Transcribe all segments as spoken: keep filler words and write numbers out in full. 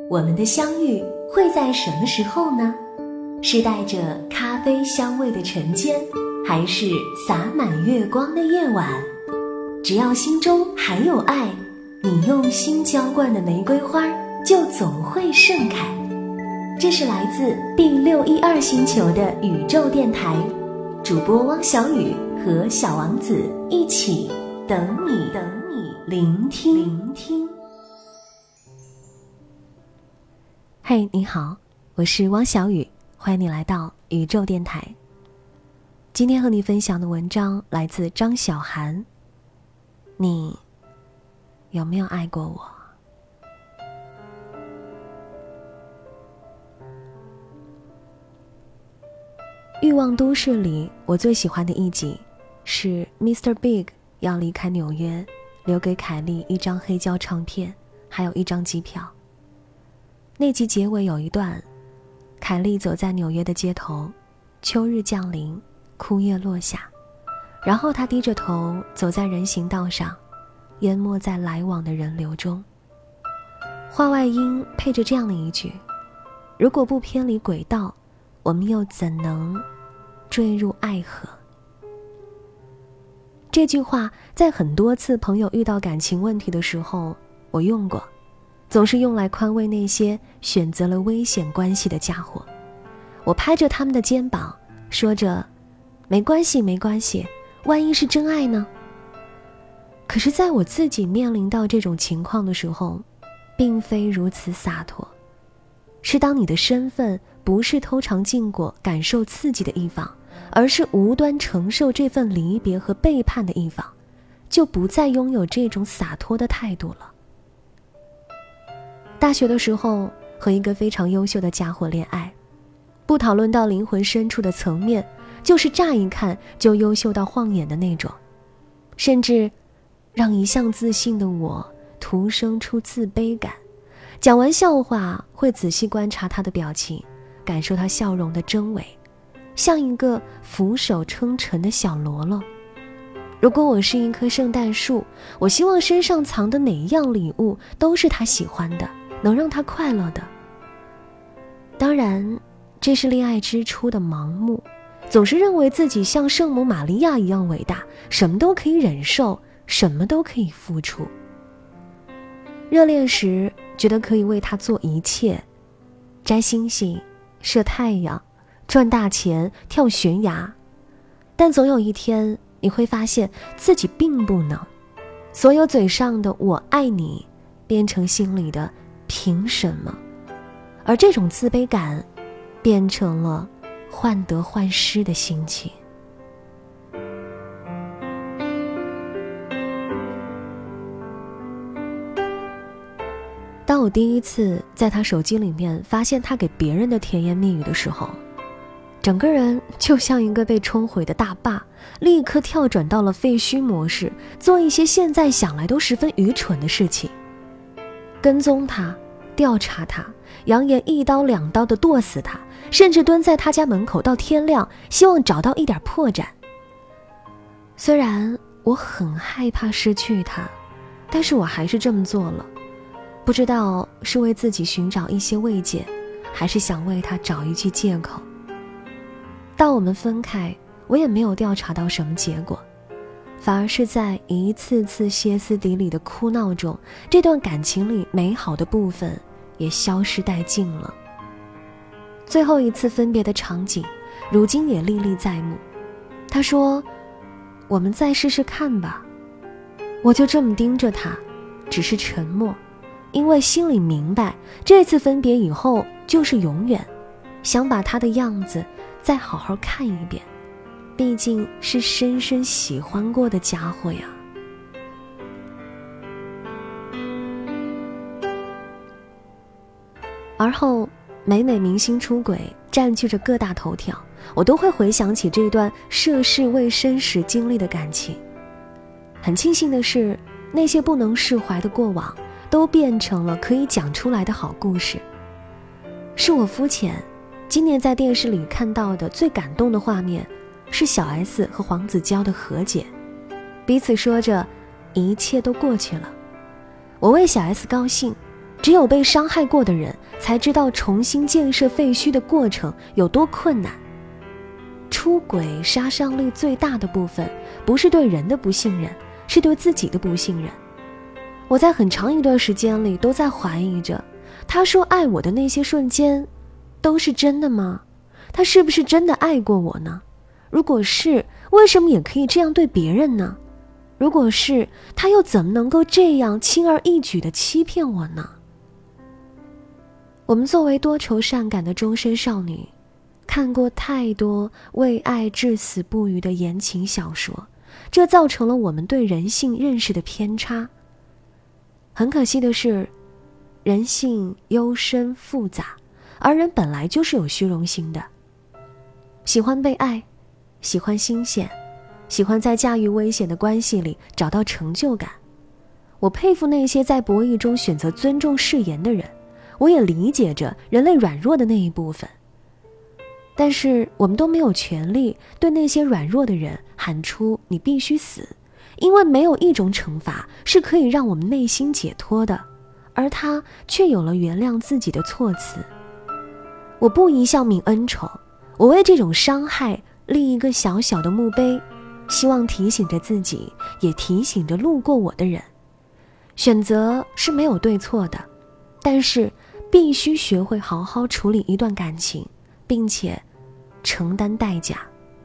我们的相遇会在什么时候呢？是带着咖啡香味的晨间，还是洒满月光的夜晚？只要心中还有爱，你用心浇灌的玫瑰花就总会盛开。这是来自 B 六一二 星球的宇宙电台，主播汪小雨和小王子一起等你等你聆听聆听。嘿，你好，我是汪小雨，欢迎你来到宇宙电台。今天和你分享的文章来自张小涵。你有没有爱过我？欲望都市里我最喜欢的一集是 Mister Big 要离开纽约，留给凯莉一张黑胶唱片还有一张机票。那集结尾有一段，凯莉走在纽约的街头，秋日降临，枯叶落下，然后她低着头走在人行道上，淹没在来往的人流中。话外音配着这样的一句：如果不偏离轨道，我们又怎能坠入爱河？这句话在很多次朋友遇到感情问题的时候我用过，总是用来宽慰那些选择了危险关系的家伙。我拍着他们的肩膀说着，没关系没关系，万一是真爱呢？可是在我自己面临到这种情况的时候，并非如此洒脱。是当你的身份不是偷尝禁果感受刺激的一方，而是无端承受这份离别和背叛的一方，就不再拥有这种洒脱的态度了。大学的时候和一个非常优秀的家伙恋爱，不讨论到灵魂深处的层面，就是乍一看就优秀到晃眼的那种，甚至让一向自信的我徒生出自卑感。讲完笑话会仔细观察他的表情，感受他笑容的真伪，像一个俯首称臣的小喽啰。如果我是一棵圣诞树，我希望身上藏的哪一样礼物都是他喜欢的，能让他快乐的。当然，这是恋爱之初的盲目，总是认为自己像圣母玛利亚一样伟大，什么都可以忍受，什么都可以付出。热恋时觉得可以为他做一切，摘星星，射太阳，赚大钱，跳悬崖。但总有一天你会发现自己并不能，所有嘴上的我爱你变成心里的凭什么，而这种自卑感变成了患得患失的心情。当我第一次在他手机里面发现他给别人的甜言蜜语的时候，整个人就像一个被冲毁的大坝，立刻跳转到了废墟模式，做一些现在想来都十分愚蠢的事情。跟踪他，调查他，扬言一刀两刀地剁死他，甚至蹲在他家门口到天亮，希望找到一点破绽。虽然我很害怕失去他，但是我还是这么做了。不知道是为自己寻找一些慰藉，还是想为他找一句借口。到我们分开，我也没有调查到什么结果，反而是在一次次歇斯底里的哭闹中，这段感情里美好的部分也消失殆尽了。最后一次分别的场景如今也历历在目。他说，我们再试试看吧。我就这么盯着他，只是沉默，因为心里明白这次分别以后就是永远，想把他的样子再好好看一遍，毕竟是深深喜欢过的家伙呀。而后每每明星出轨占据着各大头条，我都会回想起这段涉世未深时经历的感情。很庆幸的是，那些不能释怀的过往都变成了可以讲出来的好故事。是我肤浅，今年在电视里看到的最感动的画面是小 S 和黄子佼的和解，彼此说着一切都过去了。我为小 S 高兴， 只有被伤害过的人才知道重新建设废墟的过程有多困难。出轨杀伤力最大的部分不是对人的不信任，是对自己的不信任。我在很长一段时间里都在怀疑着，他说爱我的那些瞬间都是真的吗？他是不是真的爱过我呢？如果是，为什么也可以这样对别人呢？如果是，他又怎么能够这样轻而易举地欺骗我呢？我们作为多愁善感的终身少女，看过太多为爱至死不渝的言情小说，这造成了我们对人性认识的偏差。很可惜的是，人性幽深复杂，而人本来就是有虚荣心的，喜欢被爱，喜欢新鲜，喜欢在驾驭危险的关系里找到成就感。我佩服那些在博弈中选择尊重誓言的人，我也理解着人类软弱的那一部分。但是我们都没有权利对那些软弱的人喊出你必须死，因为没有一种惩罚是可以让我们内心解脱的，而他却有了原谅自己的措辞。我不一笑泯恩仇，我为这种伤害立一个小小的墓碑，希望提醒着自己，也提醒着路过我的人。选择是没有对错的，但是必须学会好好处理一段感情，并且承担代价。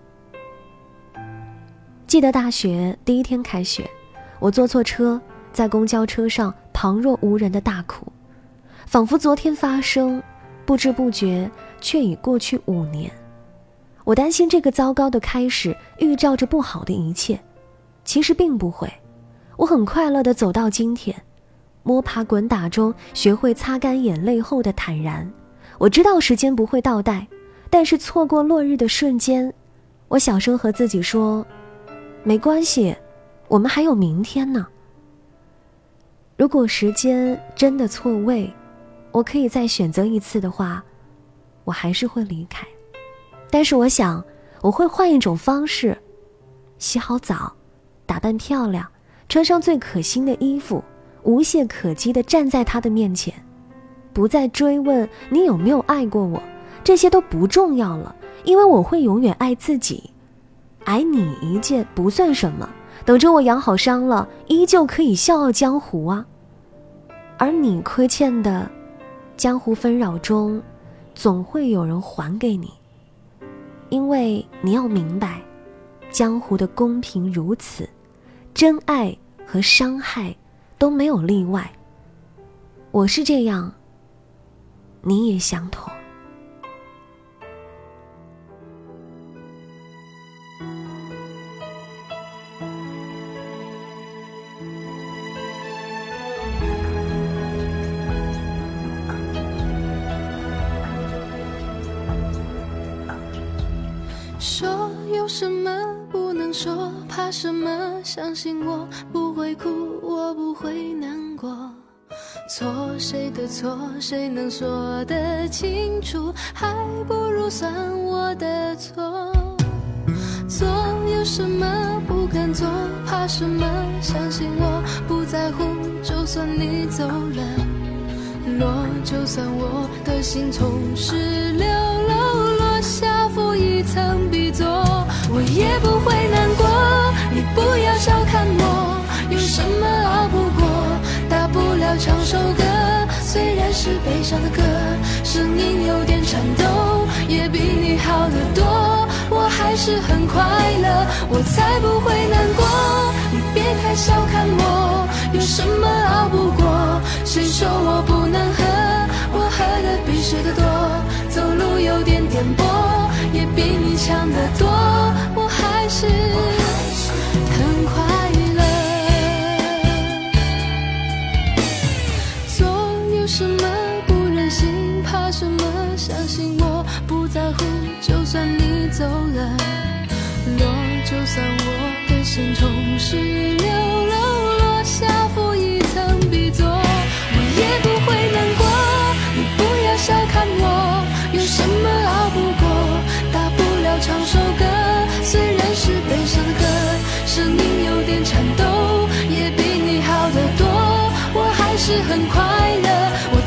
记得大学第一天开学，我坐错车，在公交车上旁若无人的大哭，仿佛昨天发生，不知不觉却已过去五年。我担心这个糟糕的开始预兆着不好的一切，其实并不会。我很快乐地走到今天，摸爬滚打中学会擦干眼泪后的坦然。我知道时间不会倒带，但是错过落日的瞬间，我小声和自己说，没关系，我们还有明天呢。如果时间真的错位，我可以再选择一次的话，我还是会离开。但是我想，我会换一种方式，洗好澡，打扮漂亮，穿上最可心的衣服，无懈可击地站在他的面前，不再追问你有没有爱过我，这些都不重要了，因为我会永远爱自己。爱你一件不算什么，等着我养好伤了，依旧可以笑傲江湖啊。而你亏欠的，江湖纷扰中，总会有人还给你。因为你要明白，江湖的公平如此，真爱和伤害都没有例外。我是这样，你也相同。 说有什么不能说，怕什么，相信我不会哭，我不会难过。错谁的错，谁能说得清楚，还不如算我的错。做有什么不敢做，怕什么，相信我不在乎，就算你走了，落就算我的心从十六楼落下负一层壁座，我也不会难过。你不要小看我，有什么熬不过，大不了唱首歌，虽然是悲伤的歌，声音有点颤抖，也比你好得多，我还是很快乐，我才不会难过。你别太小看我，有什么熬不过，谁说我不能喝，我喝的比谁的多，走路有点颠簸，也比你强得多，我还是很快乐。做有什么不忍心，怕什么，相信我不在乎，就算你走了，落就算我的心从十六楼落下负一层壁座，我也不会难过。你不要小看我，有什么熬不过，大不了唱首歌，虽然是悲伤的歌，声音有点颤抖，也比你好得多，我还是很快乐。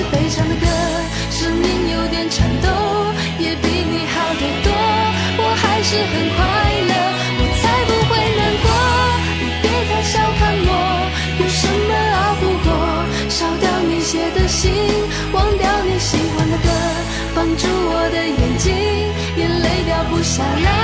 悲伤的歌，声音有点颤抖，也比你好得多，我还是很快乐，我才不会难过。你别太小看我，有什么熬不过，烧掉你写的信，忘掉你喜欢的歌，绑住我的眼睛，眼泪掉不下来，